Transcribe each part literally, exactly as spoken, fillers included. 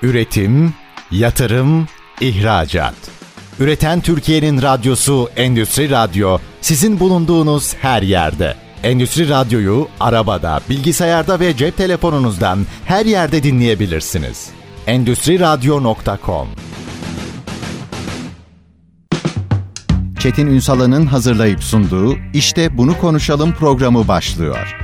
Üretim, yatırım, ihracat. Üreten Türkiye'nin radyosu Endüstri Radyo, sizin bulunduğunuz her yerde. Endüstri Radyo'yu arabada, bilgisayarda ve cep telefonunuzdan her yerde dinleyebilirsiniz. endüstri radyo nokta com. Çetin Ünsal'ın hazırlayıp sunduğu İşte Bunu Konuşalım programı başlıyor.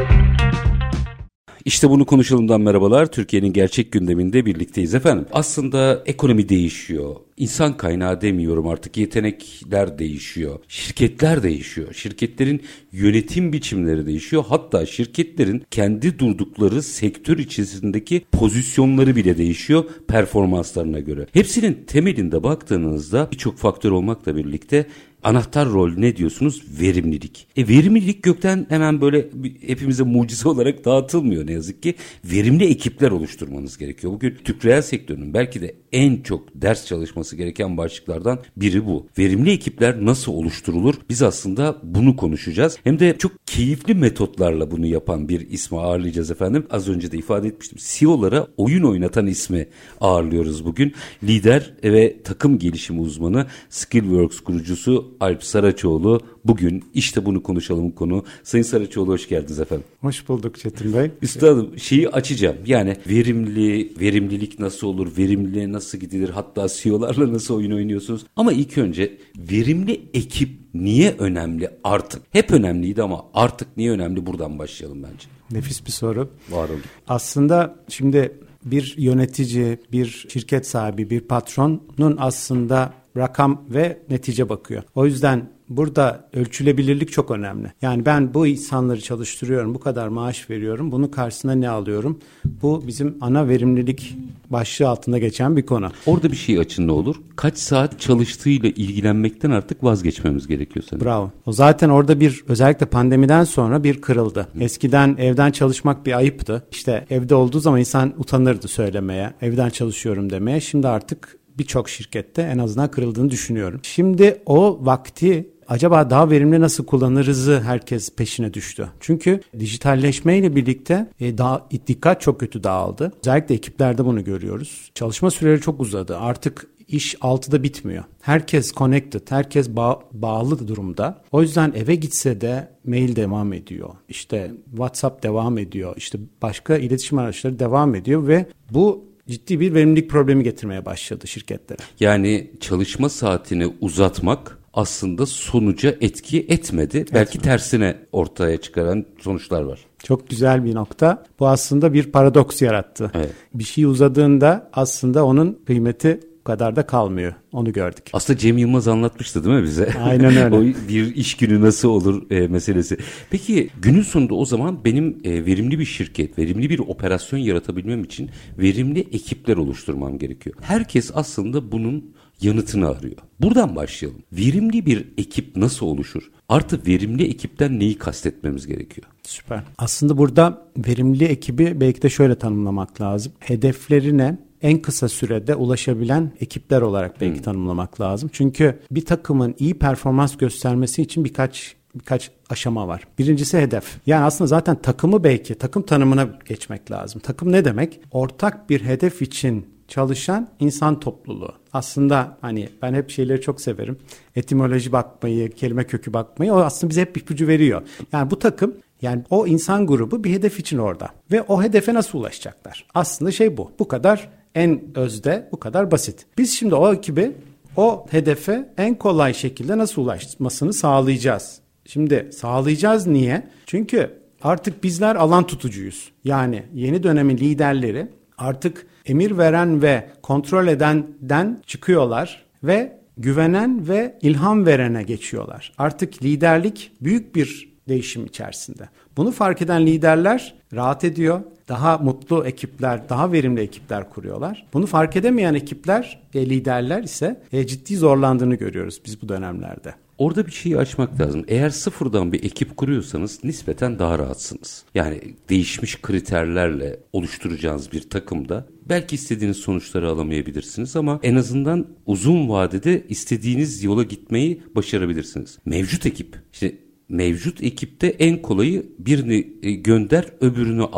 İşte Bunu Konuşalım'dan merhabalar. Türkiye'nin gerçek gündeminde birlikteyiz efendim. Aslında ekonomi değişiyor. İnsan kaynağı demiyorum artık, yetenekler değişiyor. Şirketler değişiyor. Şirketlerin yönetim biçimleri değişiyor. Hatta şirketlerin kendi durdukları sektör içerisindeki pozisyonları bile değişiyor performanslarına göre. Hepsinin temelinde baktığınızda birçok faktör olmakla birlikte anahtar rol ne diyorsunuz? Verimlilik. E verimlilik gökten hemen böyle hepimize mucize olarak dağıtılmıyor ne yazık ki. Verimli ekipler oluşturmanız gerekiyor. Bugün Türk reel sektörünün belki de en çok ders çalışması gereken başlıklardan biri bu. Verimli ekipler nasıl oluşturulur? Biz aslında bunu konuşacağız. Hem de çok keyifli metotlarla bunu yapan bir ismi ağırlayacağız efendim. Az önce de ifade etmiştim. C E O'lara oyun oynatan ismi ağırlıyoruz bugün. Lider ve takım gelişimi uzmanı, Skillworks kurucusu Alp Saraçoğlu bugün işte bunu konuşalım konu. Sayın Saraçoğlu, hoş geldiniz efendim. Hoş bulduk Çetin Bey. Üstadım, şeyi açacağım. Yani verimli, verimlilik nasıl olur? Verimliliğe nasıl gidilir? Hatta C E O'larla nasıl oyun oynuyorsunuz? Ama ilk önce verimli ekip niye önemli artık? Hep önemliydi ama artık niye önemli? Buradan başlayalım bence. Nefis bir soru. Var olun. Aslında şimdi bir yönetici, bir şirket sahibi, bir patronun aslında rakam ve netice bakıyor. O yüzden burada ölçülebilirlik çok önemli. Yani ben bu insanları çalıştırıyorum, bu kadar maaş veriyorum, bunun karşısına ne alıyorum? Bu bizim ana verimlilik başlığı altında geçen bir konu. Orada bir şey açın ne olur? Kaç saat çalıştığıyla ilgilenmekten artık vazgeçmemiz gerekiyor sanırım. Bravo. O zaten orada bir, özellikle pandemiden sonra bir kırıldı. Hı. Eskiden evden çalışmak bir ayıptı. İşte evde olduğu zaman insan utanırdı söylemeye, evden çalışıyorum demeye. Şimdi artık birçok şirkette en azından kırıldığını düşünüyorum. Şimdi o vakti acaba daha verimli nasıl kullanırızı herkes peşine düştü. Çünkü dijitalleşmeyle birlikte e, daha, dikkat çok kötü dağıldı. Özellikle ekiplerde bunu görüyoruz. Çalışma süreleri çok uzadı. Artık iş altıda bitmiyor. Herkes connected, herkes bağ, bağlı durumda. O yüzden eve gitse de mail devam ediyor. İşte WhatsApp devam ediyor. İşte başka iletişim araçları devam ediyor ve bu ciddi bir verimlilik problemi getirmeye başladı şirketlere. Yani çalışma saatini uzatmak aslında sonuca etki etmedi. Evet. Belki tersine ortaya çıkaran sonuçlar var. Çok güzel bir nokta. Bu aslında bir paradoks yarattı. Evet. Bir şey uzadığında aslında onun kıymeti kadar da kalmıyor. Onu gördük. Aslında Cem Yılmaz anlatmıştı değil mi bize? Aynen öyle. O bir iş günü nasıl olur e, meselesi. Peki günün sonunda o zaman benim e, verimli bir şirket, verimli bir operasyon yaratabilmem için verimli ekipler oluşturmam gerekiyor. Herkes aslında bunun yanıtını arıyor. Buradan başlayalım. Verimli bir ekip nasıl oluşur? Artı verimli ekipten neyi kastetmemiz gerekiyor? Süper. Aslında burada verimli ekibi belki de şöyle tanımlamak lazım. Hedeflerine en kısa sürede ulaşabilen ekipler olarak belki hmm. tanımlamak lazım. Çünkü bir takımın iyi performans göstermesi için birkaç birkaç aşama var. Birincisi hedef. Yani aslında zaten takımı belki takım tanımına geçmek lazım. Takım ne demek? Ortak bir hedef için çalışan insan topluluğu. Aslında hani ben hep şeyleri çok severim. Etimoloji bakmayı, kelime kökü bakmayı. O aslında bize hep ipucu veriyor. Yani bu takım, yani o insan grubu bir hedef için orada. Ve o hedefe nasıl ulaşacaklar? Aslında şey bu. Bu kadar en özde, bu kadar basit. Biz şimdi o ekibi o hedefe en kolay şekilde nasıl ulaşmasını sağlayacağız? Şimdi sağlayacağız niye? Çünkü artık bizler alan tutucuyuz. Yani yeni dönemin liderleri artık emir veren ve kontrol edenden çıkıyorlar ve güvenen ve ilham verene geçiyorlar. Artık liderlik büyük bir değişim içerisinde. Bunu fark eden liderler rahat ediyor. Daha mutlu ekipler, daha verimli ekipler kuruyorlar. Bunu fark edemeyen ekipler, e, liderler ise e, ciddi zorlandığını görüyoruz biz bu dönemlerde. Orada bir şeyi açmak lazım. Eğer sıfırdan bir ekip kuruyorsanız nispeten daha rahatsınız. Yani değişmiş kriterlerle oluşturacağınız bir takımda belki istediğiniz sonuçları alamayabilirsiniz ama en azından uzun vadede istediğiniz yola gitmeyi başarabilirsiniz. Mevcut ekip, işte mevcut ekipte en kolayı birini gönder, öbürünü al.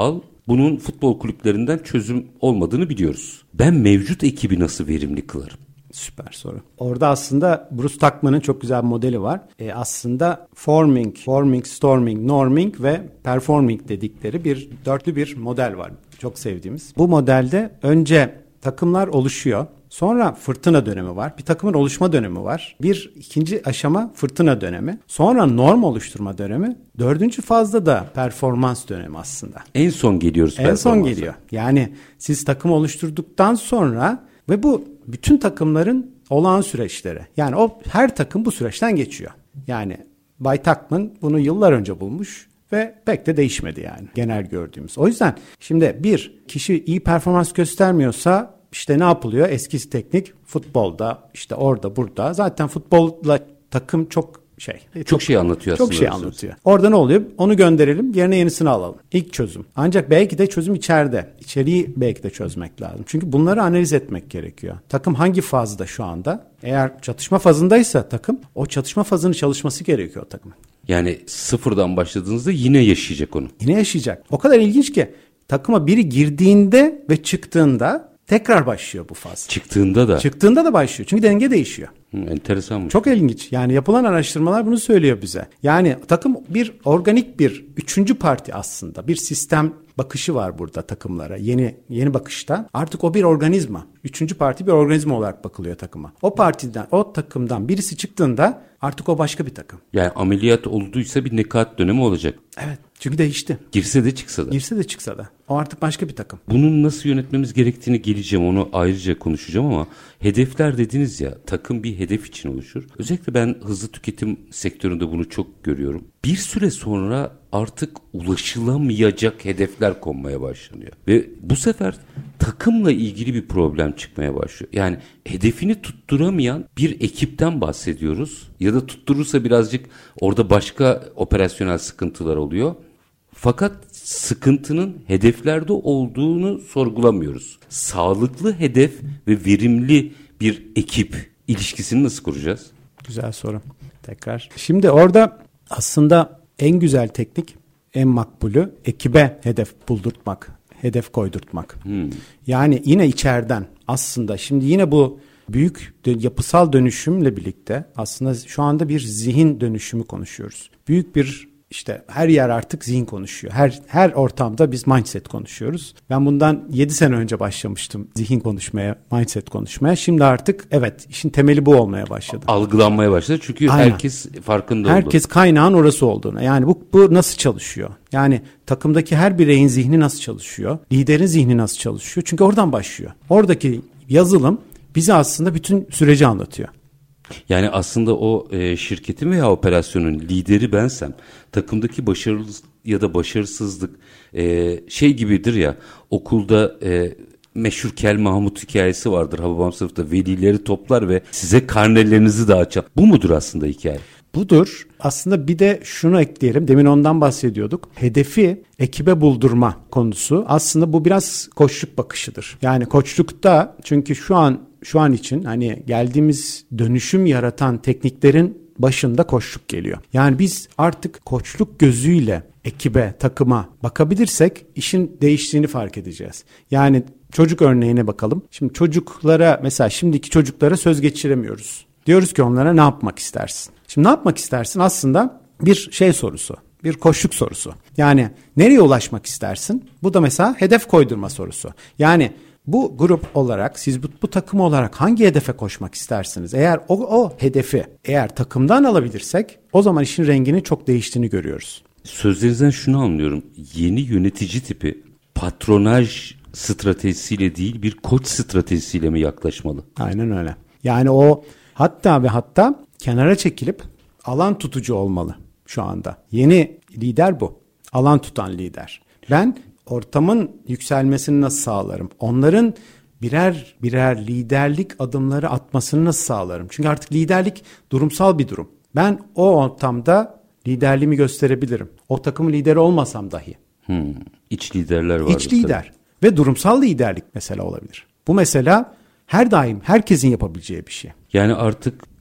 bunun futbol kulüplerinden çözüm olmadığını biliyoruz. Ben mevcut ekibi nasıl verimli kılarım? Süper soru. Orada aslında Bruce Tuckman'ın çok güzel bir modeli var. E aslında forming, forming, storming, norming ve performing dedikleri bir dörtlü bir model var. Çok sevdiğimiz. Bu modelde önce takımlar oluşuyor. Sonra fırtına dönemi var. Bir takımın oluşma dönemi var. Bir ikinci aşama fırtına dönemi. Sonra norm oluşturma dönemi. Dördüncü fazda da performans dönemi aslında. En son geliyoruz performansa. En son geliyor. Yani siz takım oluşturduktan sonra ve bu bütün takımların olağan süreçleri. Yani o her takım bu süreçten geçiyor. Yani Bay Tuckman bunu yıllar önce bulmuş ve pek de değişmedi yani genel gördüğümüz. O yüzden şimdi bir kişi iyi performans göstermiyorsa işte ne yapılıyor? Eski teknik futbolda işte orada burada. Zaten futbolla takım çok şey. Çok, çok şey anlatıyor çok aslında. Çok şey anlatıyor. Orada ne oluyor? Onu gönderelim, yerine yenisini alalım. İlk çözüm. Ancak belki de çözüm içeride. İçeriği belki de çözmek lazım. Çünkü bunları analiz etmek gerekiyor. Takım hangi fazda şu anda? Eğer çatışma fazındaysa takım, o çatışma fazının çalışması gerekiyor o takımın. Yani sıfırdan başladığınızda yine yaşayacak onu. Yine yaşayacak. O kadar ilginç ki takıma biri girdiğinde ve çıktığında tekrar başlıyor bu faz. Çıktığında da. Çıktığında da başlıyor. Çünkü denge değişiyor. Hı, enteresanmış. Çok ilginç. Yani yapılan araştırmalar bunu söylüyor bize. Yani takım bir organik bir üçüncü parti aslında. Bir sistem bakışı var burada takımlara. Yeni yeni bakışta. Artık o bir organizma. Üçüncü parti bir organizma olarak bakılıyor takıma. O partiden, o takımdan birisi çıktığında artık o başka bir takım. Yani ameliyat olduysa bir nekat dönemi olacak. Evet. Çünkü değişti. Girse de çıksa da. Girse de çıksa da. O artık başka bir takım. Bunun nasıl yönetmemiz gerektiğini geleceğim. Onu ayrıca konuşacağım ama hedefler dediniz ya, takım bir hedef için oluşur. Özellikle ben hızlı tüketim sektöründe bunu çok görüyorum. Bir süre sonra artık ulaşılamayacak hedefler konmaya başlanıyor. Ve bu sefer takımla ilgili bir problem çıkmaya başlıyor. Yani hedefini tutturamayan bir ekipten bahsediyoruz. Ya da tutturursa birazcık orada başka operasyonel sıkıntılar oluyor. Fakat sıkıntının hedeflerde olduğunu sorgulamıyoruz. Sağlıklı hedef ve verimli bir ekip ilişkisini nasıl kuracağız? Güzel soru. Tekrar. Şimdi orada aslında en güzel teknik, en makbulü ekibe hedef buldurtmak, hedef koydurtmak. Hmm. Yani yine içeriden aslında şimdi yine bu büyük yapısal dönüşümle birlikte aslında şu anda bir zihin dönüşümü konuşuyoruz. Büyük bir İşte her yer artık zihin konuşuyor. Her her ortamda biz mindset konuşuyoruz. Ben bundan yedi sene önce başlamıştım zihin konuşmaya, mindset konuşmaya. Şimdi artık evet işin temeli bu olmaya başladı. Algılanmaya başladı çünkü Aynen. herkes farkında oldu. Herkes kaynağın orası olduğuna. Yani bu, bu nasıl çalışıyor? Yani takımdaki her bireyin zihni nasıl çalışıyor? Liderin zihni nasıl çalışıyor? Çünkü oradan başlıyor. Oradaki yazılım bize aslında bütün süreci anlatıyor. Yani aslında o e, şirketin veya operasyonun lideri bensem, takımdaki başarılı ya da başarısızlık e, şey gibidir ya, okulda e, meşhur Kel Mahmut hikayesi vardır. Hababam sınıfta velileri toplar ve size karnelerinizi dağıtacak. Bu mudur aslında hikaye? Budur. Aslında bir de şunu ekleyelim. Demin ondan bahsediyorduk. Hedefi ekibe buldurma konusu. Aslında bu biraz koçluk bakışıdır. Yani koçlukta çünkü şu an şu an için hani geldiğimiz dönüşüm yaratan tekniklerin başında koçluk geliyor. Yani biz artık koçluk gözüyle ekibe, takıma bakabilirsek işin değiştiğini fark edeceğiz. Yani çocuk örneğine bakalım. Şimdi çocuklara mesela şimdiki çocuklara söz geçiremiyoruz. Diyoruz ki onlara ne yapmak istersin? Şimdi ne yapmak istersin? Aslında bir şey sorusu, bir koçluk sorusu. Yani nereye ulaşmak istersin? Bu da mesela hedef koydurma sorusu. Yani bu grup olarak, siz bu, bu takım olarak hangi hedefe koşmak istersiniz? Eğer o, o hedefi eğer takımdan alabilirsek o zaman işin renginin çok değiştiğini görüyoruz. Sözlerinizden şunu anlıyorum. Yeni yönetici tipi patronaj stratejisiyle değil bir koç stratejisiyle mi yaklaşmalı? Aynen öyle. Yani o hatta ve hatta kenara çekilip alan tutucu olmalı şu anda. Yeni lider bu. Alan tutan lider. Ben ortamın yükselmesini nasıl sağlarım? Onların birer birer liderlik adımları atmasını nasıl sağlarım? Çünkü artık liderlik durumsal bir durum. Ben o ortamda liderliğimi gösterebilirim. O takımın lideri olmasam dahi. Hmm, iç liderler var. İç lider tabii. Ve durumsal liderlik mesela olabilir. Bu mesela her daim herkesin yapabileceği bir şey. Yani artık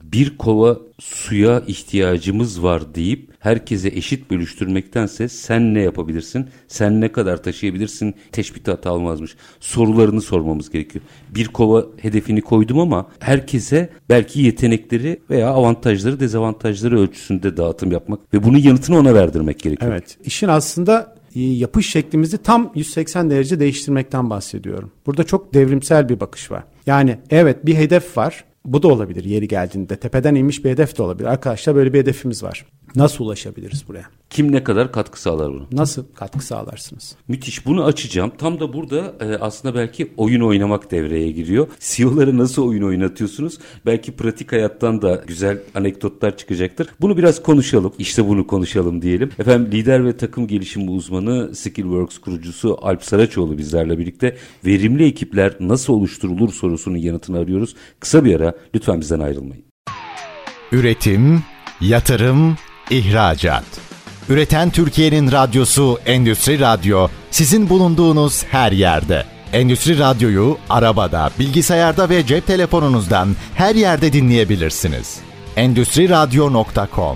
bir kova suya ihtiyacımız var deyip herkese eşit bölüştürmektense sen ne yapabilirsin, sen ne kadar taşıyabilirsin teşbihte hata almazmış. Sorularını sormamız gerekiyor. Bir kova hedefini koydum ama herkese belki yetenekleri veya avantajları, dezavantajları ölçüsünde dağıtım yapmak ve bunun yanıtını ona verdirmek gerekiyor. Evet. İşin aslında yapış şeklimizi tam yüz seksen derece değiştirmekten bahsediyorum. Burada çok devrimsel bir bakış var. Yani evet, bir hedef var. Bu da olabilir yeri geldiğinde. Tepeden inmiş bir hedef de olabilir. Arkadaşlar böyle bir hedefimiz var. Nasıl ulaşabiliriz buraya? Kim ne kadar katkı sağlar buna? Nasıl katkı sağlarsınız? Müthiş. Bunu açacağım. Tam da burada e, aslında belki oyun oynamak devreye giriyor. C E O'lara nasıl oyun oynatıyorsunuz? Belki pratik hayattan da güzel anekdotlar çıkacaktır. Bunu biraz konuşalım. İşte bunu konuşalım diyelim. Efendim, lider ve takım gelişimi uzmanı, Skillworks kurucusu Alp Saraçoğlu bizlerle birlikte. Verimli ekipler nasıl oluşturulur sorusunun yanıtını arıyoruz. Kısa bir ara, lütfen bizden ayrılmayın. Üretim, yatırım, ihracat. Üreten Türkiye'nin radyosu Endüstri Radyo, sizin bulunduğunuz her yerde. Endüstri Radyo'yu arabada, bilgisayarda ve cep telefonunuzdan her yerde dinleyebilirsiniz. endüstri radyo nokta com.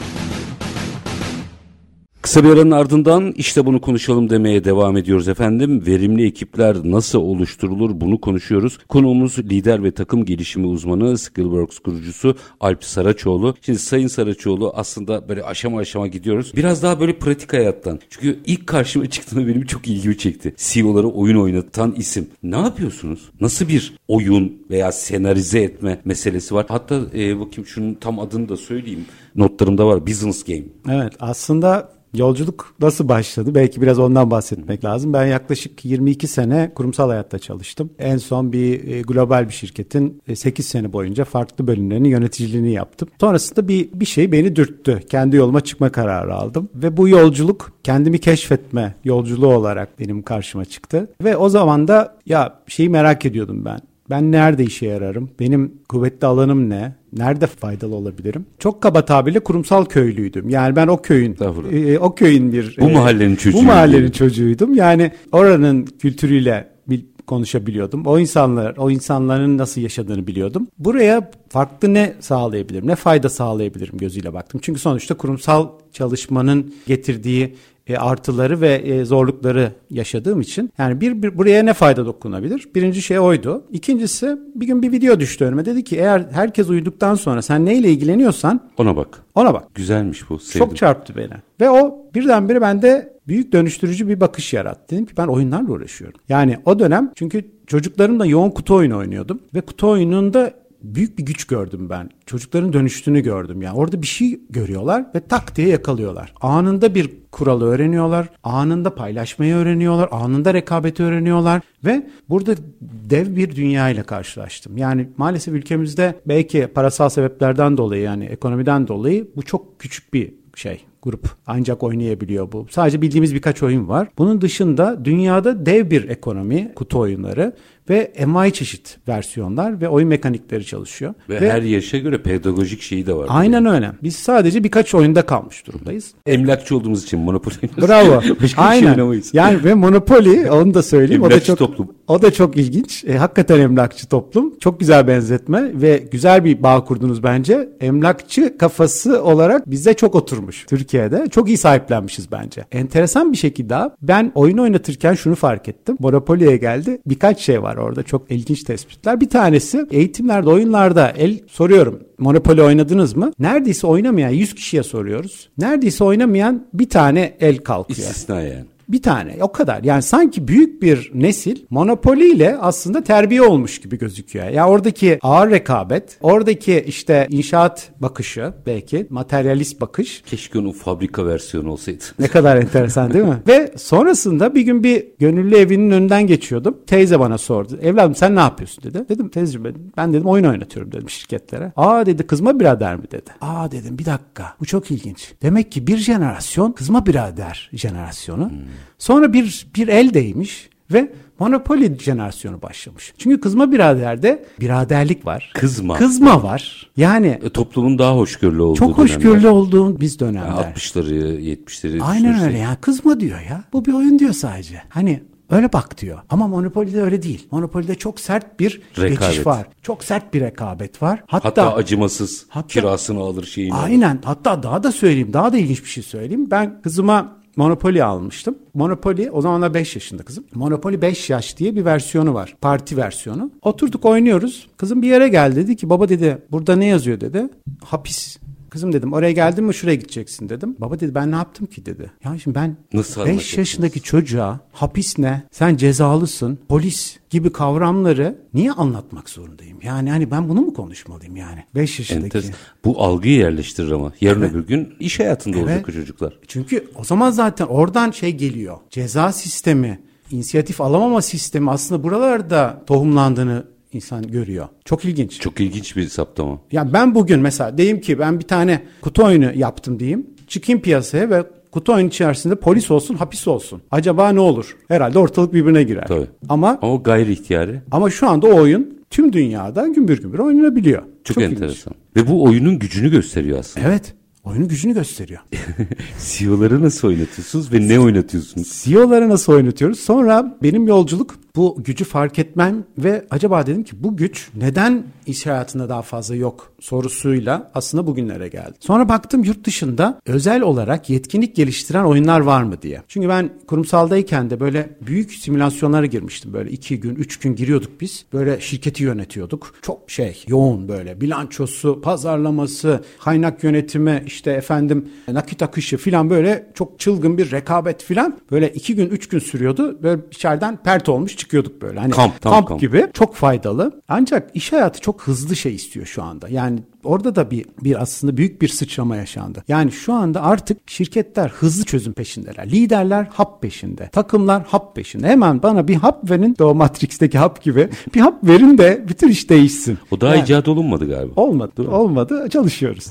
Kısa bir aranın ardından işte bunu konuşalım demeye devam ediyoruz efendim. Verimli ekipler nasıl oluşturulur, bunu konuşuyoruz. Konuğumuz lider ve takım gelişimi uzmanı, Skillworks kurucusu Alp Saraçoğlu. Şimdi Sayın Saraçoğlu, aslında böyle aşama aşama gidiyoruz. Biraz daha böyle pratik hayattan. Çünkü ilk karşıma çıktığında benim çok ilgimi çekti. C E O'lara oyun oynatan isim. Ne yapıyorsunuz? Nasıl bir oyun veya senarize etme meselesi var? Hatta e, bakayım şunun tam adını da söyleyeyim. Notlarımda var. Business Game. Evet, aslında yolculuk nasıl başladı? Belki biraz ondan bahsetmek lazım. Ben yaklaşık yirmi iki sene kurumsal hayatta çalıştım. En son bir e, global bir şirketin e, sekiz sene boyunca farklı bölümlerinin yöneticiliğini yaptım. Sonrasında bir bir şey beni dürttü. Kendi yoluma çıkma kararı aldım ve bu yolculuk kendimi keşfetme yolculuğu olarak benim karşıma çıktı. Ve o zaman da ya şeyi merak ediyordum ben. Ben nerede işe yararım? Benim kuvvetli alanım ne? Nerede faydalı olabilirim? Çok kaba tabirle kurumsal köylüydüm. Yani ben o köyün e, o köyün bir bu e, mahallenin çocuğuydum. Bu mahallenin çocuğuydum. Yani oranın kültürüyle bil, konuşabiliyordum. O insanlar, o insanların nasıl yaşadığını biliyordum. Buraya farklı ne sağlayabilirim? Ne fayda sağlayabilirim gözüyle baktım. Çünkü sonuçta kurumsal çalışmanın getirdiği E, artıları ve e, zorlukları yaşadığım için yani bir, bir buraya ne fayda dokunabilir? Birinci şey oydu. İkincisi, bir gün bir video düştü önüme. Dedi ki eğer herkes uyuduktan sonra sen neyle ilgileniyorsan ona bak. Ona bak. Güzelmiş bu. Sevdim. Çok çarptı beni. Ve o birdenbire bende büyük dönüştürücü bir bakış yarattı. Dedim ki ben oyunlarla uğraşıyorum. Yani o dönem çünkü çocuklarımla yoğun kutu oyunu oynuyordum. Ve kutu oyununda büyük bir güç gördüm ben. Çocukların dönüştüğünü gördüm. Yani orada bir şey görüyorlar ve tak diye yakalıyorlar. Anında bir kuralı öğreniyorlar. Anında paylaşmayı öğreniyorlar. Anında rekabeti öğreniyorlar. Ve burada dev bir dünya ile karşılaştım. Yani maalesef ülkemizde belki parasal sebeplerden dolayı, yani ekonomiden dolayı bu çok küçük bir şey. Grup ancak oynayabiliyor bu. Sadece bildiğimiz birkaç oyun var. Bunun dışında dünyada dev bir ekonomi, kutu oyunları ve envai çeşit versiyonlar ve oyun mekanikleri çalışıyor. Ve, ve her yaşa göre pedagojik şeyi de var. Aynen öyle. Biz sadece birkaç oyunda kalmış durumdayız. Emlakçı olduğumuz için Monopoly oynarız. Bravo. Aynen. Şey yani ve Monopoly, onu da söyleyeyim. Emlakçı o da çok toplum. O da çok ilginç. E, hakikaten emlakçı toplum. Çok güzel benzetme ve güzel bir bağ kurdunuz bence. Emlakçı kafası olarak bize çok oturmuş Türkiye'de. Çok iyi sahiplenmişiz bence. Enteresan bir şekilde ben oyun oynatırken şunu fark ettim. Monopoly'ye geldi. Birkaç şey var orada. Çok ilginç tespitler. Bir tanesi, eğitimlerde, oyunlarda el soruyorum. Monopoly oynadınız mı? Neredeyse oynamayan yüz kişiye soruyoruz. Neredeyse oynamayan bir tane el kalkıyor. İstisna yani. Bir tane, o kadar. Yani sanki büyük bir nesil Monopoly ile aslında terbiye olmuş gibi gözüküyor. Ya yani oradaki ağır rekabet, oradaki işte inşaat bakışı, belki materyalist bakış. Keşke onun fabrika versiyonu olsaydı. Ne kadar enteresan değil mi? Ve sonrasında bir gün bir gönüllü evinin önünden geçiyordum. Teyze bana sordu. Evladım sen ne yapıyorsun dedi. Dedim teyzeciğim ben, ben dedim oyun oynatıyorum dedim şirketlere. Aa dedi, kızma birader mi dedi. Aa dedim bir dakika, bu çok ilginç. Demek ki bir jenerasyon kızma birader jenerasyonu. Hmm. Sonra bir bir el değmiş ve Monopoly jenerasyonu başlamış. Çünkü kızma biraderde biraderlik var. Kızma. Kızma var. Yani e, toplumun daha hoşgörülü olduğu çok dönemler. hoşgörülü olduğu biz dönemler. Yani altmışları, yetmişleri. Aynen öyle ya. Kızma diyor ya. Bu bir oyun diyor sadece. Hani öyle bak diyor. Ama Monopoly'de öyle değil. Monopoly'de çok sert bir rekabet. geçiş var. Çok sert bir rekabet var. Hatta, hatta acımasız hatta, kirasını alır şeyini. Aynen. Alır. Hatta daha da söyleyeyim. Daha da ilginç bir şey söyleyeyim. Ben kızıma Monopoly almıştım. Monopoly o zamanlar beş yaşında kızım. Monopoly beş yaş diye bir versiyonu var. Parti versiyonu. Oturduk oynuyoruz. Kızım bir yere geldi, dedi ki baba dedi burada ne yazıyor dedi. Hapis. Kızım dedim oraya geldin mi şuraya gideceksin dedim. Baba dedi ben ne yaptım ki dedi. Ya şimdi ben beş yaşındaki çocuğa hapis ne? Sen cezalısın. Polis gibi kavramları niye anlatmak zorundayım? Yani hani ben bunu mu konuşmalıyım yani? beş yaşındaki. Enteresan. Bu algıyı yerleştirir ama. Yarın evet. öbür gün iş hayatında evet. olacak o çocuklar. Çünkü o zaman zaten oradan şey geliyor. Ceza sistemi, inisiyatif alamama sistemi aslında buralarda tohumlandığını insan görüyor. Çok ilginç. Çok ilginç bir saptama. Ya ben bugün mesela diyeyim ki ben bir tane kutu oyunu yaptım diyeyim. Çıkayım piyasaya ve kutu oyunu içerisinde polis olsun, hapis olsun. Acaba ne olur? Herhalde ortalık birbirine girer. Tabii. Ama o gayri ihtiyari. Ama şu anda o oyun tüm dünyada gümbür gümbür oynanabiliyor. Çok, Çok enteresan. İlginç. Ve bu oyunun gücünü gösteriyor aslında. Evet. Oyunun gücünü gösteriyor. C E O'ları nasıl oynatıyorsunuz ve ne oynatıyorsunuz? C E O'ları nasıl oynatıyoruz? Sonra benim yolculuk bu gücü fark etmem ve acaba dedim ki bu güç neden iş hayatında daha fazla yok sorusuyla aslında bugünlere geldim. Sonra baktım yurt dışında özel olarak yetkinlik geliştiren oyunlar var mı diye. Çünkü ben kurumsaldayken de böyle büyük simülasyonlara girmiştim. Böyle iki gün, üç gün giriyorduk biz. Böyle şirketi yönetiyorduk. Çok şey, yoğun böyle bilançosu, pazarlaması, kaynak yönetimi, işte efendim nakit akışı filan böyle çok çılgın bir rekabet filan. Böyle iki gün, üç gün sürüyordu. Böyle içeriden pert olmuş çıkıyorduk böyle. Hani kamp, kamp, kamp gibi. Çok faydalı. Ancak iş hayatı çok hızlı şey istiyor şu anda. Yani orada da bir bir aslında büyük bir sıçrama yaşandı. Yani şu anda artık şirketler hızlı çözüm peşindeler. Liderler hap peşinde. Takımlar hap peşinde. Hemen bana bir hap verin de o Matrix'teki hap gibi bir hap verin de bütün iş değişsin. O daha yani, icat olunmadı galiba. Olmadı. Olmadı. Çalışıyoruz.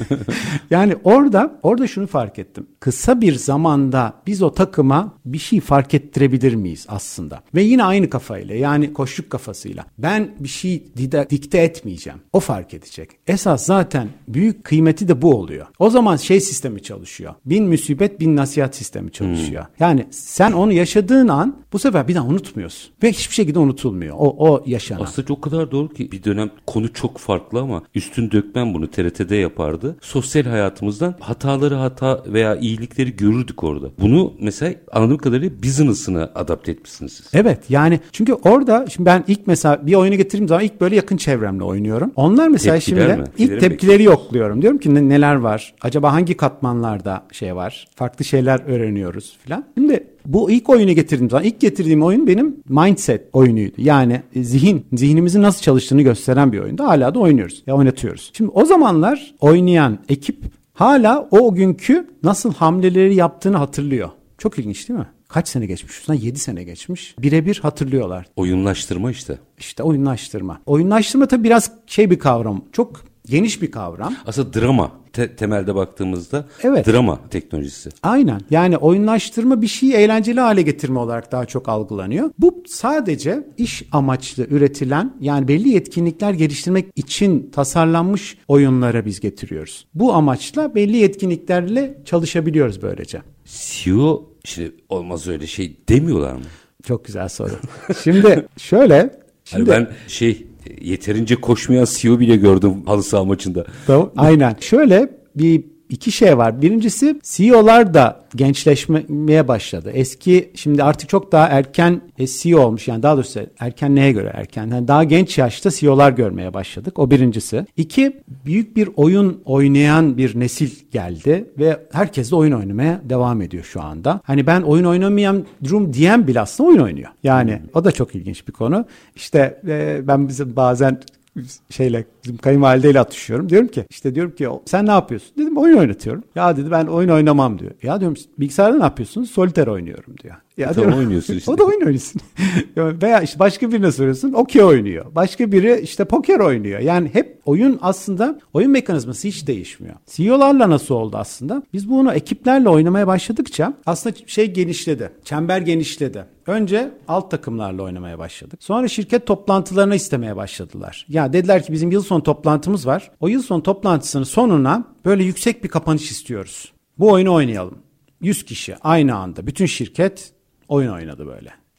Yani orada orada şunu fark ettim. Kısa bir zamanda biz o takıma bir şey fark ettirebilir miyiz aslında? Ve yine aynı kafayla yani koşluk kafasıyla. Ben bir şey dikte etmeyeceğim. O fark edecek. Esas zaten büyük kıymeti de bu oluyor. O zaman şey sistemi çalışıyor. Bin musibet bin nasihat sistemi çalışıyor. Hmm. Yani sen onu yaşadığın an bu sefer bir daha unutmuyorsun. Ve hiçbir şekilde unutulmuyor. O, o yaşanan. Aslında o kadar doğru ki bir dönem konu çok farklı ama Üstün Dökmen bunu T R T'de yapardı. Sosyal hayatımızdan hataları hata veya iyilikleri görürdük orada. Bunu mesela anladığım kadarıyla business'ına adapte etmişsiniz siz. Evet yani çünkü orada şimdi ben ilk mesela bir oyunu getirdiğim zaman ilk böyle yakın çevremle oynuyorum. Onlar mesela Tepkiler şimdi mi? ilk Tepkileri tepkileri bekliyorum. Yokluyorum. Diyorum ki ne, neler var? Acaba hangi katmanlarda şey var? Farklı şeyler öğreniyoruz filan. Şimdi bu ilk oyunu getirdiğim zaman ilk getirdiğim oyun benim mindset oyunuydu. Yani zihin, zihnimizin nasıl çalıştığını gösteren bir oyundu. Hala da oynuyoruz. Ya oynatıyoruz. Şimdi o zamanlar oynayan ekip hala o günkü nasıl hamleleri yaptığını hatırlıyor. Çok ilginç değil mi? Kaç sene geçmiş? Üstünden yedi sene geçmiş. Birebir hatırlıyorlar. Oyunlaştırma işte. İşte oyunlaştırma. Oyunlaştırma tabii biraz şey bir kavram. Çok geniş bir kavram. Aslında drama. Te- temelde baktığımızda evet. Drama teknolojisi. Aynen. Yani oyunlaştırma bir şeyi eğlenceli hale getirme olarak daha çok algılanıyor. Bu sadece iş amaçlı üretilen yani belli yetkinlikler geliştirmek için tasarlanmış oyunlara biz getiriyoruz. Bu amaçla belli yetkinliklerle çalışabiliyoruz böylece. C E O işte olmaz öyle şey demiyorlar mı? Çok güzel soru. Şimdi şöyle. Şimdi yani ben şey yeterince koşmayan C E O bile gördüm halı saha maçında. Tamam, aynen. Şöyle bir iki şey var. Birincisi C E O'lar da gençleşmeye başladı. Eski şimdi artık çok daha erken C E O olmuş. Yani daha doğrusu erken neye göre erken? Yani daha genç yaşta C E O'lar görmeye başladık. O birincisi. İki, büyük bir oyun oynayan bir nesil geldi ve herkes de oyun oynamaya devam ediyor şu anda. Hani ben oyun oynamayan durum diyen bile aslında oyun oynuyor. Yani hmm. o da çok ilginç bir konu. İşte e, ben bizim bazen şeyle bizim kayınvalideyle atışıyorum. Diyorum ki işte diyorum ki sen ne yapıyorsun? Dedim oyun oynatıyorum. Ya dedi ben oyun oynamam diyor. Ya diyorum bilgisayarda ne yapıyorsun? Solitaire oynuyorum diyor. Ya tamam oynuyorsun işte. O da oyun oynuyorsun. Veya işte başka birine soruyorsun. Okey oynuyor. Başka biri işte poker oynuyor. Yani hep oyun aslında oyun mekanizması hiç değişmiyor. C E O'larla nasıl oldu aslında? Biz bunu ekiplerle oynamaya başladıkça aslında şey genişledi. Çember genişledi. Önce alt takımlarla oynamaya başladık. Sonra şirket toplantılarına istemeye başladılar. Ya dediler ki bizim yıl sonu toplantımız var. O yıl sonu toplantısının sonuna böyle yüksek bir kapanış istiyoruz. Bu oyunu oynayalım. yüz kişi aynı anda bütün şirket oyun oynadı böyle.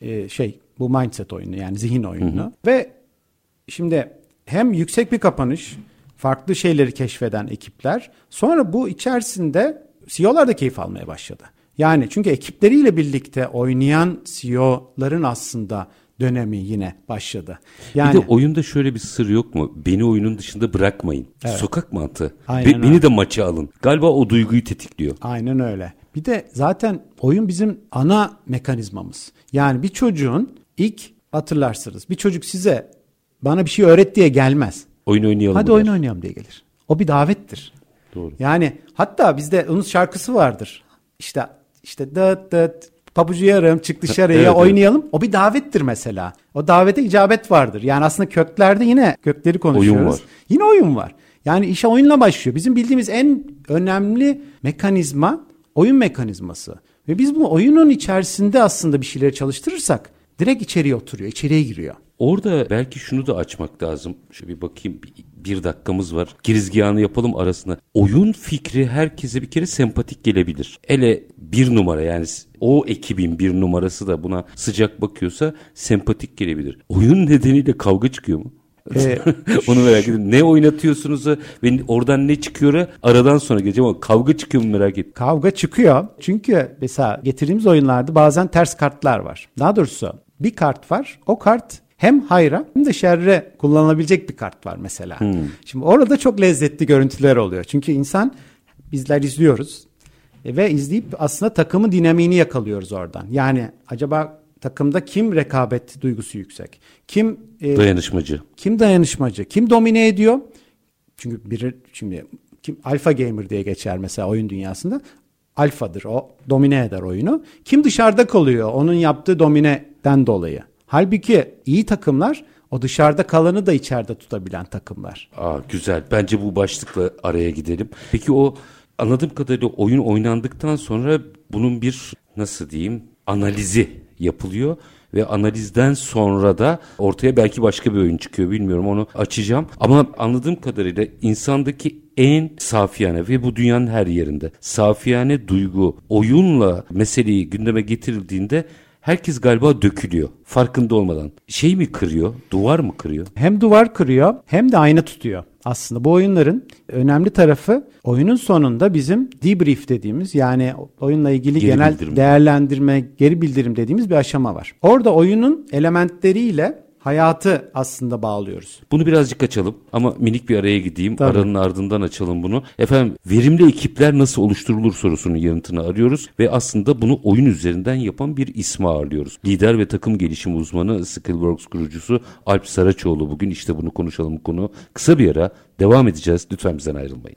e, şey bu mindset oyunu, yani zihin oyunu. Hı hı. Ve şimdi hem yüksek bir kapanış, farklı şeyleri keşfeden ekipler, sonra bu içerisinde C E O'lar da keyif almaya başladı. Yani çünkü ekipleriyle birlikte oynayan C E O'ların aslında dönemi yine başladı. Yani, bir de oyunda şöyle bir sır yok mu? Beni oyunun dışında bırakmayın. Evet. Sokak mantığı. Be- beni de maça alın. Galiba o duyguyu tetikliyor. Aynen öyle. Bir de zaten oyun bizim ana mekanizmamız. Yani bir çocuğun ilk, hatırlarsınız, bir çocuk size bana bir şey öğret diye gelmez. Oyun oynayalım. Hadi oyun oynayalım diye gelir. O bir davettir. Doğru. Yani hatta bizde onun şarkısı vardır. İşte işte dıt dıt pabucu yarım çık dışarıya evet, oynayalım. Evet. O bir davettir mesela. O davete icabet vardır. Yani aslında köklerde yine kökleri konuşuyoruz. Oyun var. Yine oyun var. Yani işe oyunla başlıyor. Bizim bildiğimiz en önemli mekanizma oyun mekanizması. Ve biz bu oyunun içerisinde aslında bir şeyleri çalıştırırsak direkt içeriye oturuyor, içeriye giriyor. Orada belki şunu da açmak lazım. Şöyle bir bakayım, bir, bir dakikamız var. Girizgahını yapalım arasına. Oyun fikri herkese bir kere sempatik gelebilir. Hele bir numara, yani o ekibin bir numarası da buna sıcak bakıyorsa sempatik gelebilir. Oyun nedeniyle kavga çıkıyor mu? Ee, Onu merak ediyorum. Ne oynatıyorsunuz ve oradan ne çıkıyor aradan sonra geleceğim ama kavga çıkıyor mu merak ettim. Kavga çıkıyor. Çünkü mesela getirdiğimiz oyunlarda bazen ters kartlar var. Daha doğrusu bir kart var. O kart hem hayra hem de şerre kullanılabilecek bir kart var mesela. Hmm. Şimdi orada çok lezzetli görüntüler oluyor. Çünkü insan, bizler izliyoruz ve izleyip aslında takımın dinamiğini yakalıyoruz oradan. Yani acaba takımda kim rekabet duygusu yüksek? Kim e, dayanışmacı? Kim dayanışmacı? Kim domine ediyor? Çünkü biri şimdi kim alfa gamer diye geçer mesela oyun dünyasında. Alfadır, o domine eder oyunu. Kim dışarıda kalıyor onun yaptığı domineden dolayı. Halbuki iyi takımlar o dışarıda kalanı da içeride tutabilen takımlar. Aa, güzel. Bence bu başlıkla araya gidelim. Peki o anladığım kadarıyla oyun oynandıktan sonra bunun bir, nasıl diyeyim, analizi yapılıyor ve analizden sonra da ortaya belki başka bir oyun çıkıyor, bilmiyorum, onu açacağım. Ama anladığım kadarıyla insandaki en safiyane ve bu dünyanın her yerinde safiyane duygu oyunla meseleyi gündeme getirildiğinde herkes galiba dökülüyor farkında olmadan. Şey mi kırıyor? Duvar mı kırıyor? Hem duvar kırıyor hem de ayna tutuyor. Aslında bu oyunların önemli tarafı, oyunun sonunda bizim debrief dediğimiz, yani oyunla ilgili geri genel bildirim. değerlendirme, geri bildirim dediğimiz bir aşama var. Orada oyunun elementleriyle hayatı aslında bağlıyoruz. Bunu birazcık açalım ama minik bir araya gideyim. Tabii. Aranın ardından açalım bunu. Efendim, verimli ekipler nasıl oluşturulur sorusunun yanıtını arıyoruz ve aslında bunu oyun üzerinden yapan bir ismi ağırlıyoruz. Lider ve takım gelişimi uzmanı, Skillworks kurucusu Alp Saraçoğlu bugün işte bunu konuşalım konu. Kısa bir ara devam edeceğiz. Lütfen bizden ayrılmayın.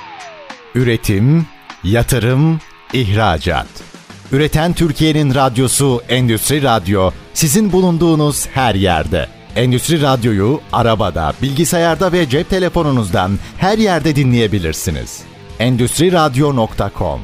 Üretim, yatırım, ihracat. Üreten Türkiye'nin radyosu Endüstri Radyo, sizin bulunduğunuz her yerde. Endüstri Radyo'yu arabada, bilgisayarda ve cep telefonunuzdan her yerde dinleyebilirsiniz. endüstri radyo nokta com.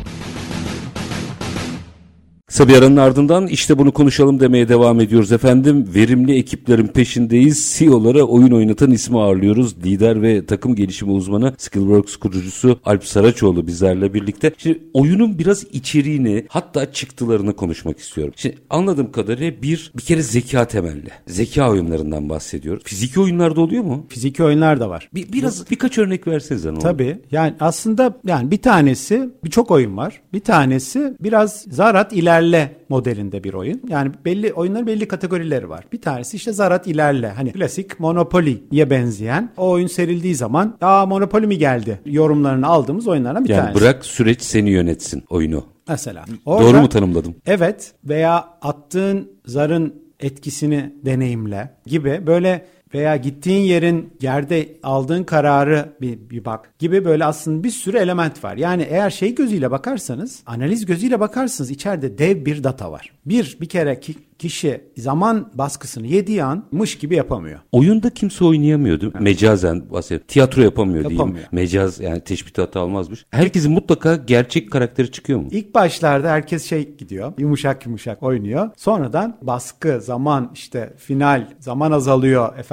Kısa bir aranın ardından işte bunu konuşalım demeye devam ediyoruz efendim. Verimli ekiplerin peşindeyiz. C E O'lara oyun oynatan ismi ağırlıyoruz. Lider ve takım gelişimi uzmanı, Skillworks kurucusu Alp Saraçoğlu bizlerle birlikte. Şimdi oyunun biraz içeriğini, hatta çıktılarını konuşmak istiyorum. Şimdi anladığım kadarıyla bir bir kere zeka temelli. Zeka oyunlarından bahsediyoruz. Fiziki oyunlarda oluyor mu? Fiziki oyunlar da var. Bir, biraz birkaç örnek verseniz hanım. Tabii. Yani aslında yani bir tanesi, birçok oyun var. Bir tanesi biraz zarat ilerle modelinde bir oyun. Yani belli oyunların belli kategorileri var. Bir tanesi işte zarat ilerle. Hani klasik Monopoly'ye benzeyen, o oyun serildiği zaman aa Monopoly mi geldi yorumlarını aldığımız oyunlardan bir yani tanesi. Yani bırak süreç seni yönetsin oyunu. Mesela. Orada, doğru mu tanımladım? Evet, veya attığın zarın etkisini deneyimle gibi, böyle veya gittiğin yerin, yerde aldığın kararı bir, bir bak gibi, böyle aslında bir sürü element var. Yani eğer şey gözüyle bakarsanız, analiz gözüyle bakarsanız içeride dev bir data var. Bir, bir kere ki, kişi zaman baskısını yediği an mış gibi yapamıyor. Oyunda kimse oynayamıyordu. Evet. Mecazen bahsediyorum. Tiyatro yapamıyor, yapamıyor diyeyim. Mecaz, yani teşbih hata almazmış. Herkesin mutlaka gerçek karakteri çıkıyor mu? İlk başlarda herkes şey gidiyor. Yumuşak yumuşak oynuyor. Sonradan baskı, zaman, işte final, zaman azalıyor. Efendim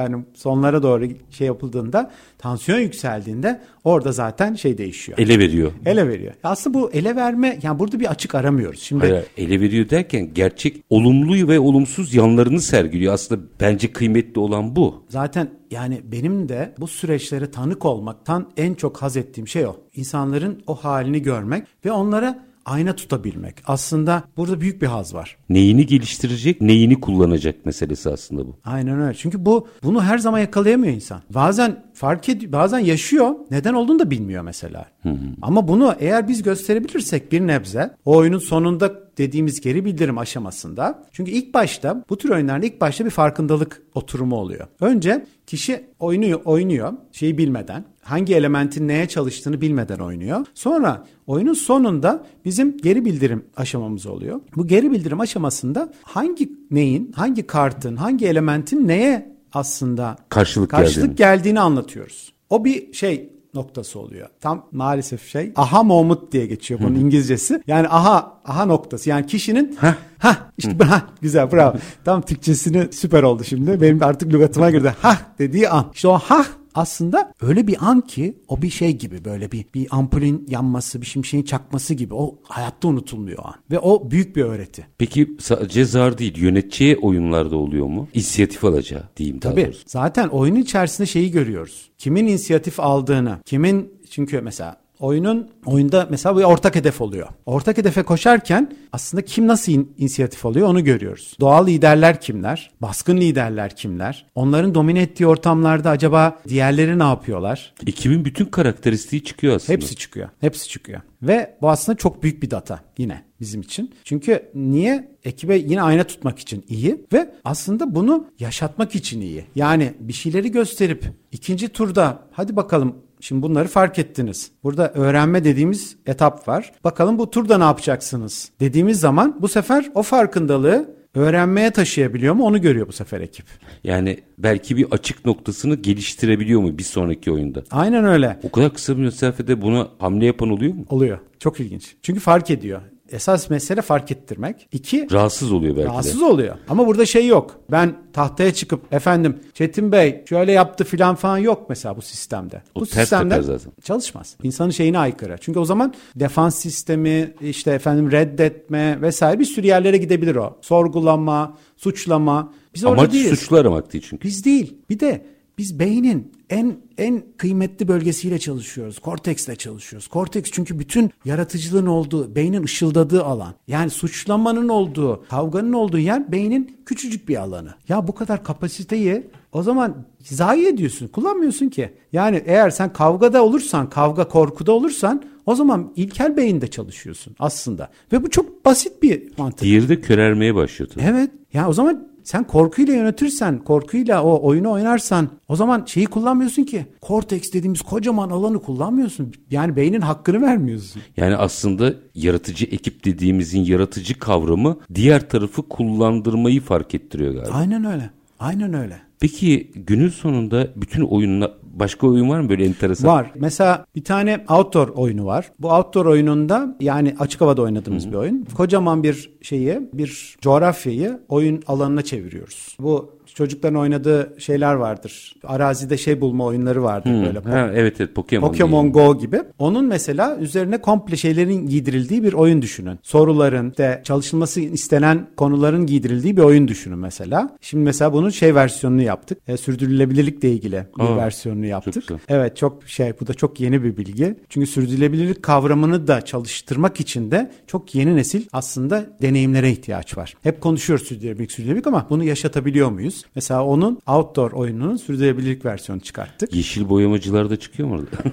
yani sonlara doğru şey yapıldığında, tansiyon yükseldiğinde orada zaten şey değişiyor. Ele veriyor. Ele veriyor. Aslında bu ele verme, yani burada bir açık aramıyoruz. Şimdi Hayır, ele veriyor derken gerçek olumlu ve olumsuz yanlarını sergiliyor. Aslında bence kıymetli olan bu. Zaten yani benim de bu süreçlere tanık olmaktan en çok haz ettiğim şey o. İnsanların o halini görmek ve onlara ayna tutabilmek. Aslında burada büyük bir haz var. Neyini geliştirecek, neyini kullanacak meselesi aslında bu. Aynen öyle. Çünkü bu bunu her zaman yakalayamıyor insan. Bazen fark ediyor, bazen yaşıyor. Neden olduğunu da bilmiyor mesela. Hı hı. Ama bunu eğer biz gösterebilirsek bir nebze, o oyunun sonunda dediğimiz geri bildirim aşamasında. Çünkü ilk başta bu tür oyunlarda ilk başta bir farkındalık oturumu oluyor. Önce kişi oynuyor, oynuyor şeyi bilmeden, hangi elementin neye çalıştığını bilmeden oynuyor. Sonra oyunun sonunda bizim geri bildirim aşamamız oluyor. Bu geri bildirim aşamasında hangi neyin, hangi kartın, hangi elementin neye aslında karşılık, karşılık geldiğini. geldiğini anlatıyoruz. O bir şey noktası oluyor. Tam maalesef şey aha moment diye geçiyor bunun İngilizcesi. Yani aha aha noktası. Yani kişinin ha ha işte ha güzel bravo. Tam Türkçesini süper oldu şimdi. Benim artık lügatıma girdi. Ha dediği an. İşte o ha aslında öyle bir an ki o bir şey gibi, böyle bir bir ampulün yanması, bir şimşeğin çakması gibi. O hayatta unutulmuyor o an. Ve o büyük bir öğreti. Peki sadece zar değil, yöneteceği oyunlarda oluyor mu? İnisiyatif alacağı diyeyim daha Tabii. doğrusu. Zaten oyunun içerisinde şeyi görüyoruz. Kimin inisiyatif aldığını, kimin, çünkü mesela oyunun oyunda mesela bir ortak hedef oluyor. Ortak hedefe koşarken aslında kim nasıl in, inisiyatif alıyor onu görüyoruz. Doğal liderler kimler? Baskın liderler kimler? Onların domine ettiği ortamlarda acaba diğerleri ne yapıyorlar? Ekibin bütün karakteristiği çıkıyor aslında. Hepsi çıkıyor. Hepsi çıkıyor. Ve bu aslında çok büyük bir data yine bizim için. Çünkü niye? Ekibe yine ayna tutmak için iyi ve aslında bunu yaşatmak için iyi. Yani bir şeyleri gösterip ikinci turda hadi bakalım, şimdi bunları fark ettiniz. Burada öğrenme dediğimiz etap var. Bakalım bu turda ne yapacaksınız dediğimiz zaman bu sefer o farkındalığı öğrenmeye taşıyabiliyor mu onu görüyor bu sefer ekip. Yani belki bir açık noktasını geliştirebiliyor mu bir sonraki oyunda? Aynen öyle. O kadar kısa bir mesafede buna hamle yapan oluyor mu? Oluyor. Çok ilginç. Çünkü fark ediyor. Esas mesele fark ettirmek. İki, rahatsız oluyor belki rahatsız de. oluyor. Ama burada şey yok. Ben tahtaya çıkıp efendim Çetin Bey şöyle yaptı filan falan yok mesela bu sistemde. O bu ters sistemde zaten. Çalışmaz. İnsanın şeyine aykırı. Çünkü o zaman defans sistemi, işte efendim reddetme vesaire bir sürü yerlere gidebilir o. Sorgulama, suçlama. Biz orada Amaç değiliz. suçlu aramak değil çünkü. Biz değil. Bir de biz beynin en en kıymetli bölgesiyle çalışıyoruz. Korteksle çalışıyoruz. Korteks çünkü bütün yaratıcılığın olduğu, beynin ışıldadığı alan. Yani suçlamanın olduğu, kavganın olduğu yer beynin küçücük bir alanı. Ya bu kadar kapasiteyi o zaman zayi ediyorsun. Kullanmıyorsun ki. Yani eğer sen kavgada olursan, kavga korkuda olursan o zaman ilkel beyinde çalışıyorsun aslında. Ve bu çok basit bir mantık. Diğeri de körelmeye başlıyor tabii. Evet. Ya o zaman sen korkuyla yönetirsen, korkuyla o oyunu oynarsan o zaman şeyi kullanmıyorsun ki. Korteks dediğimiz kocaman alanı kullanmıyorsun. Yani beynin hakkını vermiyorsun. Yani aslında yaratıcı ekip dediğimizin yaratıcı kavramı diğer tarafı kullandırmayı fark ettiriyor galiba. Aynen öyle. Aynen öyle. Peki günün sonunda bütün oyunla başka oyun var mı böyle enteresan? Var. Mesela bir tane outdoor oyunu var. Bu outdoor oyununda yani açık havada oynadığımız Hı-hı. bir oyun. Kocaman bir şeyi, bir coğrafyayı oyun alanına çeviriyoruz. Bu çocukların oynadığı şeyler vardır. Arazide şey bulma oyunları vardır hmm. böyle. Ha, evet evet Pokemon. Pokemon Go gibi. Onun mesela üzerine komple şeylerin giydirildiği bir oyun düşünün. Soruların, de çalışılması istenen konuların giydirildiği bir oyun düşünün mesela. Şimdi mesela bunun şey versiyonunu yaptık. E, sürdürülebilirlikle ilgili bir Aa, versiyonunu yaptık. Çok evet çok şey bu da çok yeni bir bilgi. Çünkü sürdürülebilirlik kavramını da çalıştırmak için de çok yeni nesil aslında deneyimlere ihtiyaç var. Hep konuşuyoruz sürdürülebilirlik sürdürülebilirlik ama bunu yaşatabiliyor muyuz? Mesela onun outdoor oyununun sürdürülebilirlik versiyonu çıkarttık. Yeşil boyamacılar da çıkıyor mu orada?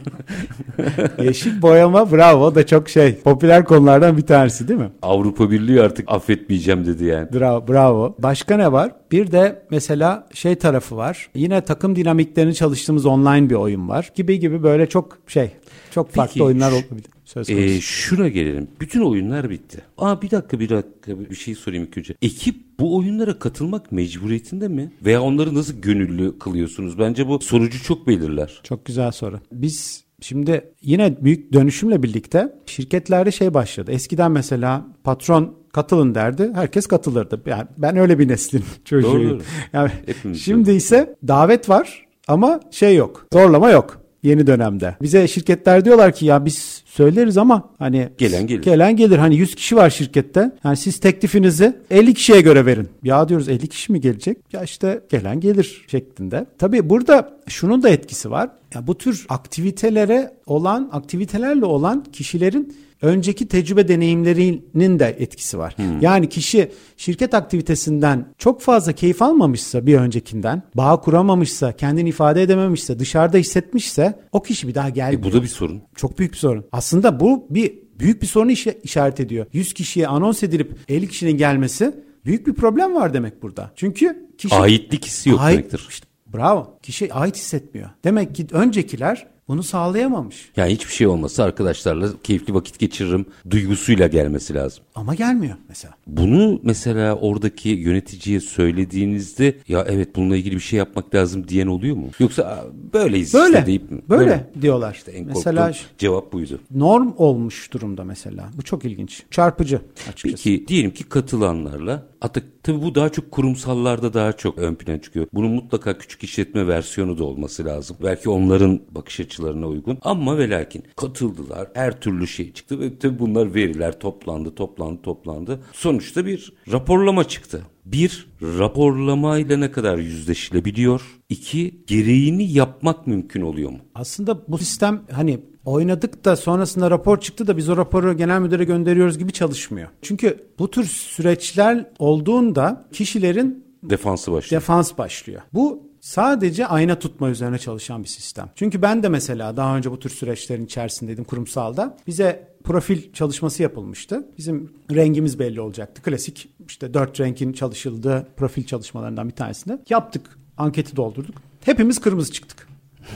Yeşil boyama bravo, o da çok şey popüler konulardan bir tanesi değil mi? Avrupa Birliği artık affetmeyeceğim dedi yani. Bravo, bravo. Başka ne var? Bir de mesela şey tarafı var. Yine takım dinamiklerini çalıştığımız online bir oyun var. Gibi gibi böyle çok şey çok farklı Peki, oyunlar olabilir. E, şuna gelelim. Bütün oyunlar bitti. Aa bir dakika bir dakika bir şey sorayım ilk önce. Ekip bu oyunlara katılmak mecburiyetinde mi? Veya onları nasıl gönüllü kılıyorsunuz? Bence bu sonucu çok belirler. Çok güzel soru. Biz şimdi yine büyük dönüşümle birlikte şirketlerde şey başladı. Eskiden mesela patron katılın derdi. Herkes katılırdı. Yani ben öyle bir neslin çocuğuyum. Doğru. Yani Hepimiz şimdi öyle. ise davet var ama şey yok. Zorlama yok. Yeni dönemde. Bize şirketler diyorlar ki ya biz söyleriz ama hani Gelen gelir. Gelen gelir. Hani yüz kişi var şirkette. Yani siz teklifinizi elli kişiye göre verin. Ya diyoruz elli kişi mi gelecek? Ya işte gelen gelir şeklinde. Tabii burada şunun da etkisi var. Ya bu tür aktivitelere olan, aktivitelerle olan kişilerin önceki tecrübe deneyimlerinin de etkisi var. Hmm. Yani kişi şirket aktivitesinden çok fazla keyif almamışsa bir öncekinden, bağ kuramamışsa, kendini ifade edememişse, dışarıda hissetmişse o kişi bir daha gelmiyor. E, bu da bir sorun. Çok büyük bir sorun. Aslında bu bir büyük bir sorunu işaret ediyor. yüz kişiye anons edilip elli kişinin gelmesi büyük bir problem var demek burada. Çünkü kişi aitlik hissi yok ait, demektir. İşte, bravo. Kişi ait hissetmiyor. Demek ki öncekiler bunu sağlayamamış. Yani hiçbir şey olmasa arkadaşlarla keyifli vakit geçiririm duygusuyla gelmesi lazım. Ama gelmiyor mesela. Bunu mesela oradaki yöneticiye söylediğinizde ya evet bununla ilgili bir şey yapmak lazım diyen oluyor mu? Yoksa böyleyiz böyle, işte deyip mi? Böyle, böyle diyorlar. İşte en mesela korktuğum cevap buydu. Norm olmuş durumda mesela. Bu çok ilginç. Çarpıcı açıkçası. Peki diyelim ki katılanlarla artık tabii bu daha çok kurumsallarda daha çok ön plana çıkıyor. Bunun mutlaka küçük işletme versiyonu da olması lazım. Belki onların bakış açılarına uygun. Ama ve lakin katıldılar. Her türlü şey çıktı ve tabii bunlar veriler toplandı, toplandı, toplandı. Sonuçta bir raporlama çıktı. Bir, raporlamayla ne kadar yüzleşilebiliyor? İki, gereğini yapmak mümkün oluyor mu? Aslında bu sistem hani oynadık da sonrasında rapor çıktı da biz o raporu genel müdüre gönderiyoruz gibi çalışmıyor. Çünkü bu tür süreçler olduğunda kişilerin Defansı başlıyor. Defans başlıyor. Bu sadece ayna tutma üzerine çalışan bir sistem. Çünkü ben de mesela daha önce bu tür süreçlerin içerisindeydim kurumsalda. Bize profil çalışması yapılmıştı. Bizim rengimiz belli olacaktı. Klasik işte dört renkin çalışıldığı profil çalışmalarından bir tanesinde. Yaptık, anketi doldurduk. Hepimiz kırmızı çıktık.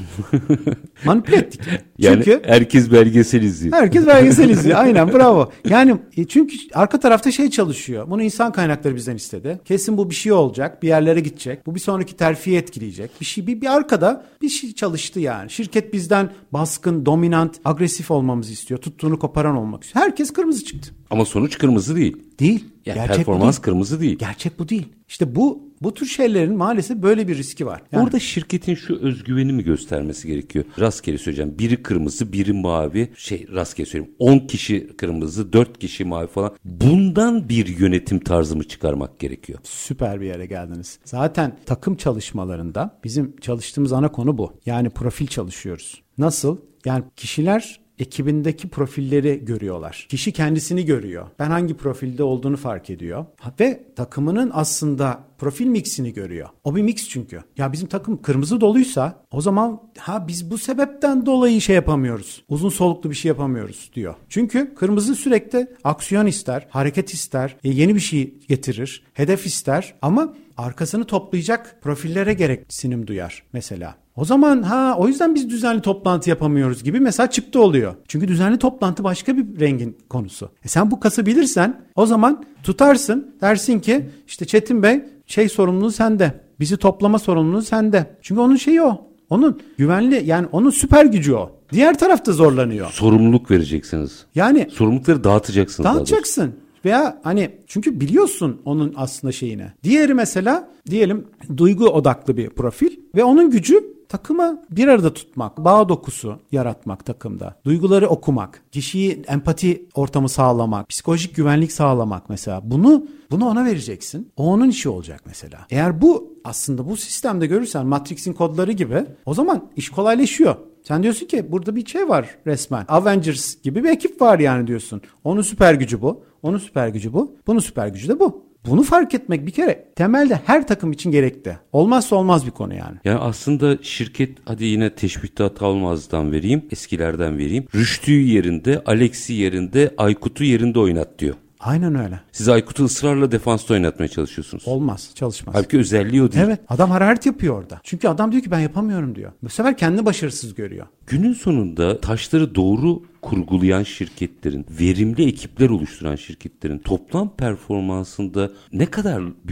Manipüle ettik. Yani çünkü herkes belgesel izliyor. Herkes belgesel izliyor. Aynen bravo. Yani çünkü arka tarafta şey çalışıyor. Bunu insan kaynakları bizden istedi. Kesin bu bir şey olacak. Bir yerlere gidecek. Bu bir sonraki terfiyi etkileyecek. Bir şey bir, bir arkada bir şey çalıştı yani. Şirket bizden baskın, dominant, agresif olmamızı istiyor. Tuttuğunu koparan olmak istiyor. Herkes kırmızı çıktı. Ama sonuç kırmızı değil. Değil. Yani Gerçek performans kırmızı değil. Gerçek bu değil. İşte bu bu tür şeylerin maalesef böyle bir riski var. Yani, Orada şirketin şu özgüveni mi göstermesi gerekiyor? Rastgele söyleyeceğim. Biri kırmızı, biri mavi. Şey rastgele söyleyeyim. on kişi kırmızı, dört kişi mavi falan. Bundan bir yönetim tarzı mı çıkarmak gerekiyor? Süper bir yere geldiniz. Zaten takım çalışmalarında bizim çalıştığımız ana konu bu. Yani profil çalışıyoruz. Nasıl? Yani kişiler ekibindeki profilleri görüyorlar. Kişi kendisini görüyor. Ben hangi profilde olduğunu fark ediyor. Ve takımının aslında profil mixini görüyor. O bir mix çünkü. Ya bizim takım kırmızı doluysa o zaman ha biz bu sebepten dolayı şey yapamıyoruz. Uzun soluklu bir şey yapamıyoruz diyor. Çünkü kırmızı sürekli aksiyon ister, hareket ister, e, yeni bir şey getirir, hedef ister ama arkasını toplayacak profillere gereksinim duyar mesela. O zaman ha o yüzden biz düzenli toplantı yapamıyoruz gibi mesela çıktı oluyor. Çünkü düzenli toplantı başka bir rengin konusu. E sen bu kası bilirsen o zaman tutarsın dersin ki işte Çetin Bey şey sorumluluğu sende. Bizi toplama sorumluluğu sende. Çünkü onun şeyi o. Onun güvenli yani onun süper gücü o. Diğer tarafta zorlanıyor. Sorumluluk vereceksiniz. Yani sorumlulukları dağıtacaksınız. Dağıtacaksın. Veya hani çünkü biliyorsun onun aslında şeyini. Diğeri mesela diyelim duygu odaklı bir profil ve onun gücü takımı bir arada tutmak, bağ dokusu yaratmak takımda. Duyguları okumak, kişiyi empati ortamı sağlamak, psikolojik güvenlik sağlamak mesela. Bunu bunu ona vereceksin. O onun işi olacak mesela. Eğer bu aslında bu sistemde görürsen Matrix'in kodları gibi o zaman iş kolaylaşıyor. Sen diyorsun ki burada bir şey var resmen. Avengers gibi bir ekip var yani diyorsun. Onun süper gücü bu. Onun süper gücü bu. Bunun süper gücü de bu. Bunu fark etmek bir kere temelde her takım için gerekli. Olmazsa olmaz bir konu yani. Yani aslında şirket hadi yine teşbihte hata olmazdan vereyim. Eskilerden vereyim. Rüştü'yü yerinde, Alex'i yerinde, Aykut'u yerinde oynat diyor. Aynen öyle. Siz Aykut'u ısrarla defansta oynatmaya çalışıyorsunuz. Olmaz, çalışmaz. Halbuki özelliği o değil. Evet, adam hararet yapıyor orada. Çünkü adam diyor ki ben yapamıyorum diyor. Bu sefer kendini başarısız görüyor. Günün sonunda taşları doğru kurgulayan şirketlerin, verimli ekipler oluşturan şirketlerin toplam performansında ne kadar büyük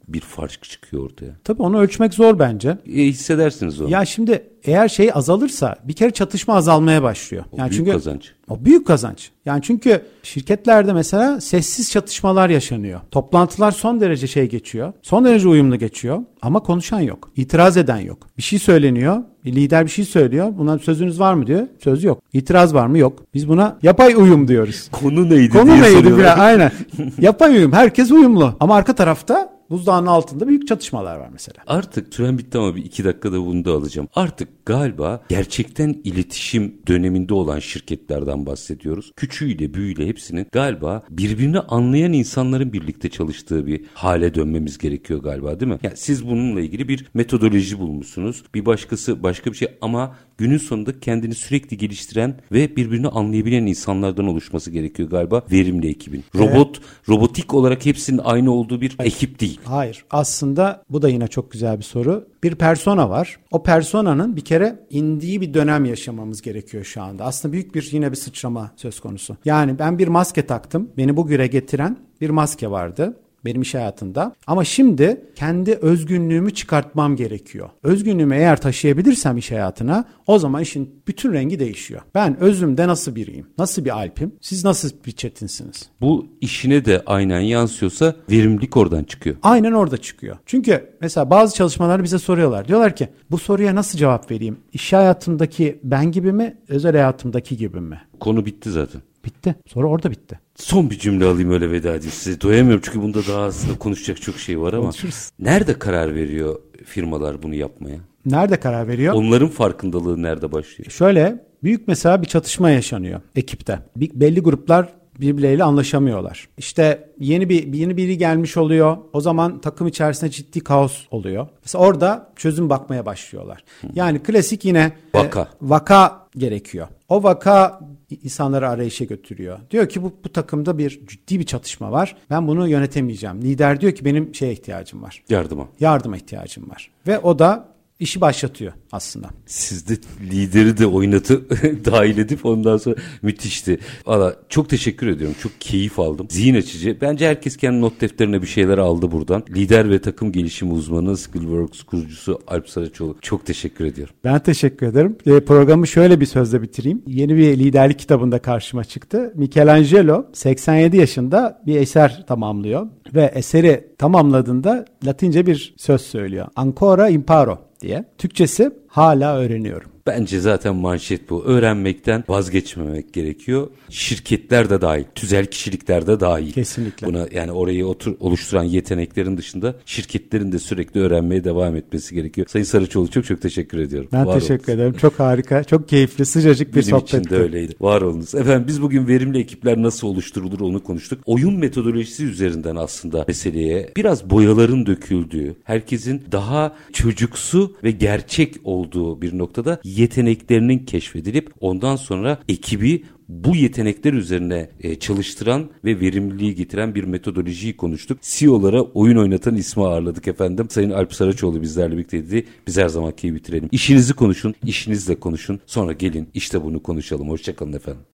bir fark çıkıyor ortaya. Tabii onu ölçmek zor bence. E, hissedersiniz onu. Ya şimdi eğer şey azalırsa bir kere çatışma azalmaya başlıyor. O Yani büyük çünkü kazanç. O büyük kazanç. Yani çünkü şirketlerde mesela sessiz çatışmalar yaşanıyor. Toplantılar son derece şey geçiyor. Son derece uyumlu geçiyor ama konuşan yok. İtiraz eden yok. Bir şey söyleniyor. Lider bir şey söylüyor. Buna sözünüz var mı diyor. Söz yok. İtiraz var mı? Yok. Biz buna yapay uyum diyoruz. Konu neydi Konu diye neydi soruyorlar. falan. Aynen. Yapay uyum. Herkes uyumlu. Ama arka tarafta buzdağının altında büyük çatışmalar var mesela. Artık süren bitti ama bir iki dakikada bunu da alacağım. Artık galiba gerçekten iletişim döneminde olan şirketlerden bahsediyoruz. Küçüğüyle büyüğüyle hepsinin galiba birbirini anlayan insanların birlikte çalıştığı bir hale dönmemiz gerekiyor galiba, değil mi? Yani siz bununla ilgili bir metodoloji bulmuşsunuz. Bir başkası başka bir şey ama günün sonunda kendini sürekli geliştiren ve birbirini anlayabilen insanlardan oluşması gerekiyor galiba verimli ekibin. Robot, evet. robotik olarak hepsinin aynı olduğu bir evet. ekip değil. Hayır. Aslında bu da yine çok güzel bir soru. Bir persona var. O personanın bir kere indiği bir dönem yaşamamız gerekiyor şu anda. Aslında büyük bir yine bir sıçrama söz konusu. Yani ben bir maske taktım. Beni bugüne getiren bir maske vardı benim iş hayatında. Ama şimdi kendi özgünlüğümü çıkartmam gerekiyor. Özgünlüğümü eğer taşıyabilirsem iş hayatına o zaman işin bütün rengi değişiyor. Ben özümde nasıl biriyim? Nasıl bir Alp'im? Siz nasıl bir Çetin'siniz? Bu işine de aynen yansıyorsa verimlilik oradan çıkıyor. Aynen orada çıkıyor. Çünkü mesela bazı çalışmaları bize soruyorlar. Diyorlar ki bu soruya nasıl cevap vereyim? İş hayatımdaki ben gibi mi? Özel hayatımdaki gibi mi? Konu bitti zaten. Bitti. Soru orada bitti. Son bir cümle alayım öyle veda edeyim size. Doyamıyorum çünkü bunda daha aslında konuşacak çok şey var ama. Konuşuruz. Nerede karar veriyor firmalar bunu yapmaya? Nerede karar veriyor? Onların farkındalığı nerede başlıyor? Şöyle büyük mesela bir çatışma yaşanıyor ekipte. Bir, belli gruplar birbirleriyle anlaşamıyorlar. İşte yeni bir yeni biri gelmiş oluyor. O zaman takım içerisinde ciddi kaos oluyor. Mesela orada çözüm bakmaya başlıyorlar. Yani klasik yine vaka. E, vaka gerekiyor. O vaka insanları arayışa götürüyor. Diyor ki bu, bu takımda bir ciddi bir çatışma var. Ben bunu yönetemeyeceğim. Lider diyor ki benim şeye ihtiyacım var. Yardıma. Yardıma ihtiyacım var. Ve o da işi başlatıyor aslında. Siz de lideri de oynatıp dahil edip ondan sonra müthişti. Valla çok teşekkür ediyorum. Çok keyif aldım. Zihin açıcı. Bence herkes kendi not defterine bir şeyler aldı buradan. Lider ve takım gelişimi uzmanı, Skillworks kurucusu Alp Saraçoğlu. Çok teşekkür ediyorum. Ben teşekkür ederim. E, programı şöyle bir sözle bitireyim. Yeni bir liderlik kitabında karşıma çıktı. Michelangelo seksen yedi yaşında bir eser tamamlıyor. Ve eseri tamamladığında Latince bir söz söylüyor. Ancora imparo diye. Türkçesi hala öğreniyorum. Bence zaten manşet bu. Öğrenmekten vazgeçmemek gerekiyor. Şirketler de dahil, tüzel kişilikler de dahil. Kesinlikle. Buna yani orayı otur, oluşturan yeteneklerin dışında şirketlerin de sürekli öğrenmeye devam etmesi gerekiyor. Sayın Saraçoğlu çok çok teşekkür ediyorum. Ben var teşekkür olunuz. ederim. Çok harika, çok keyifli, sıcacık bir sohbetti. Benim için de öyleydi. Var olunuz. Efendim biz bugün verimli ekipler nasıl oluşturulur onu konuştuk. Oyun metodolojisi üzerinden aslında meseleye biraz boyaların döküldüğü, herkesin daha çocuksu ve gerçek olduğu bir noktada yeteneklerinin keşfedilip ondan sonra ekibi bu yetenekler üzerine e, çalıştıran ve verimliliği getiren bir metodolojiyi konuştuk. C E O'lara oyun oynatan ismi ağırladık efendim. Sayın Alp Saraçoğlu bizlerle birlikteydi. Biz her zamanki gibi bitirelim. İşinizi konuşun, işinizle konuşun. Sonra gelin işte bunu konuşalım. Hoşçakalın efendim.